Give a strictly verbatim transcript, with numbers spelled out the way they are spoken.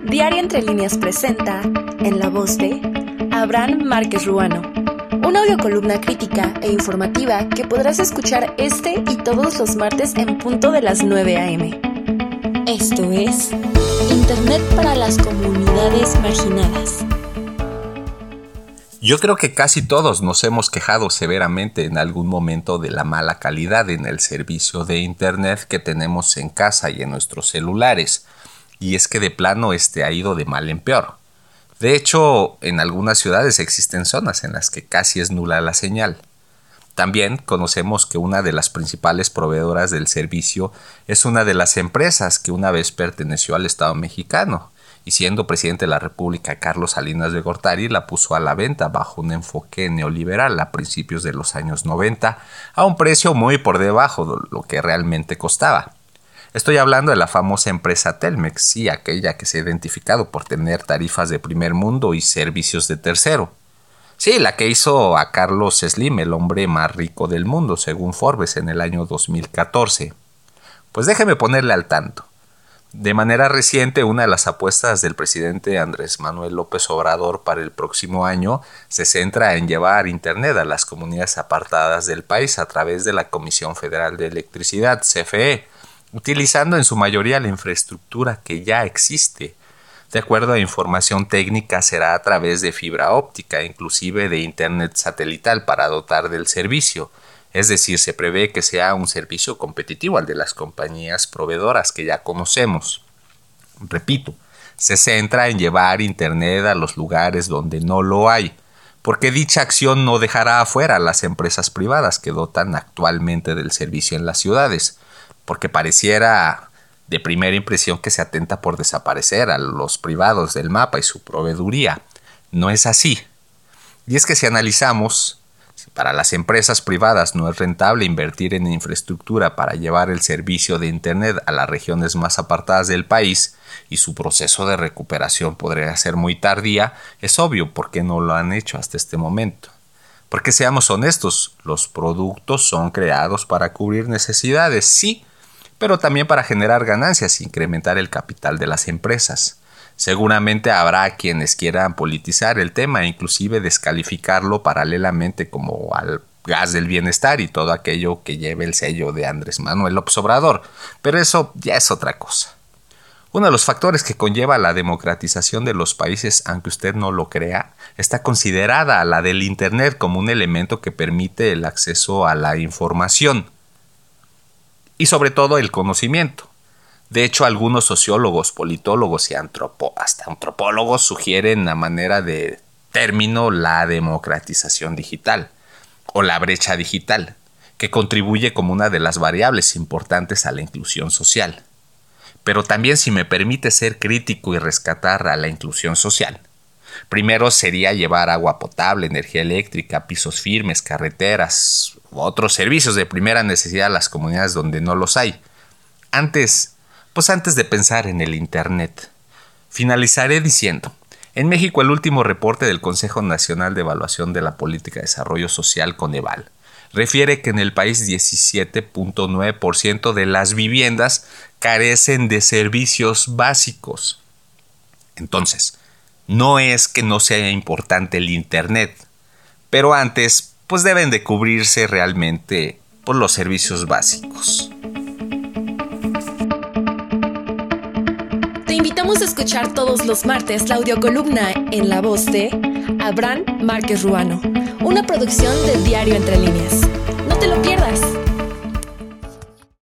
Diario Entre Líneas presenta, en la voz de Abraham Márquez Ruano, una audiocolumna crítica e informativa que podrás escuchar este y todos los martes en punto de las nueve a eme. Esto es Internet para las comunidades marginadas. Yo creo que casi todos nos hemos quejado severamente en algún momento de la mala calidad en el servicio de Internet que tenemos en casa y en nuestros celulares, y es que de plano este ha ido de mal en peor. De hecho, en algunas ciudades existen zonas en las que casi es nula la señal. También conocemos que una de las principales proveedoras del servicio es una de las empresas que una vez perteneció al Estado mexicano, y siendo presidente de la República Carlos Salinas de Gortari la puso a la venta bajo un enfoque neoliberal a principios de los años noventa a un precio muy por debajo de lo que realmente costaba. Estoy hablando de la famosa empresa Telmex, sí, aquella que se ha identificado por tener tarifas de primer mundo y servicios de tercero. Sí, la que hizo a Carlos Slim el hombre más rico del mundo, según Forbes, en el año dos mil catorce. Pues déjeme ponerle al tanto. De manera reciente, una de las apuestas del presidente Andrés Manuel López Obrador para el próximo año se centra en llevar Internet a las comunidades apartadas del país a través de la Comisión Federal de Electricidad, C F E, utilizando en su mayoría la infraestructura que ya existe. De acuerdo a información técnica, será a través de fibra óptica, inclusive de Internet satelital para dotar del servicio. Es decir, se prevé que sea un servicio competitivo al de las compañías proveedoras que ya conocemos. Repito, se centra en llevar Internet a los lugares donde no lo hay, porque dicha acción no dejará afuera a las empresas privadas que dotan actualmente del servicio en las ciudades, porque pareciera de primera impresión que se atenta por desaparecer a los privados del mapa y su proveeduría. No es así. Y es que si analizamos, si para las empresas privadas no es rentable invertir en infraestructura para llevar el servicio de Internet a las regiones más apartadas del país y su proceso de recuperación podría ser muy tardía, es obvio por qué no lo han hecho hasta este momento. Porque seamos honestos, los productos son creados para cubrir necesidades, sí, pero también para generar ganancias e incrementar el capital de las empresas. Seguramente habrá quienes quieran politizar el tema e inclusive descalificarlo paralelamente como al gas del bienestar y todo aquello que lleve el sello de Andrés Manuel López Obrador, pero eso ya es otra cosa. Uno de los factores que conlleva la democratización de los países, aunque usted no lo crea, está considerada la del Internet como un elemento que permite el acceso a la información y sobre todo el conocimiento. De hecho, algunos sociólogos, politólogos y antropo, hasta antropólogos sugieren a manera de término la democratización digital o la brecha digital, que contribuye como una de las variables importantes a la inclusión social. Pero también, si me permite ser crítico y rescatar a la inclusión social, primero sería llevar agua potable, energía eléctrica, pisos firmes, carreteras u otros servicios de primera necesidad a las comunidades donde no los hay. Antes Pues antes de pensar en el Internet, finalizaré diciendo, en México el último reporte del Consejo Nacional de Evaluación de la Política de Desarrollo Social, Coneval, refiere que en el país diecisiete punto nueve por ciento de las viviendas carecen de servicios básicos. Entonces, no es que no sea importante el Internet, pero antes, pues deben de cubrirse realmente por los servicios básicos. Te invitamos a escuchar todos los martes la audiocolumna en la voz de Abraham Márquez Ruano, una producción del Diario Entre Líneas. No te lo pierdas.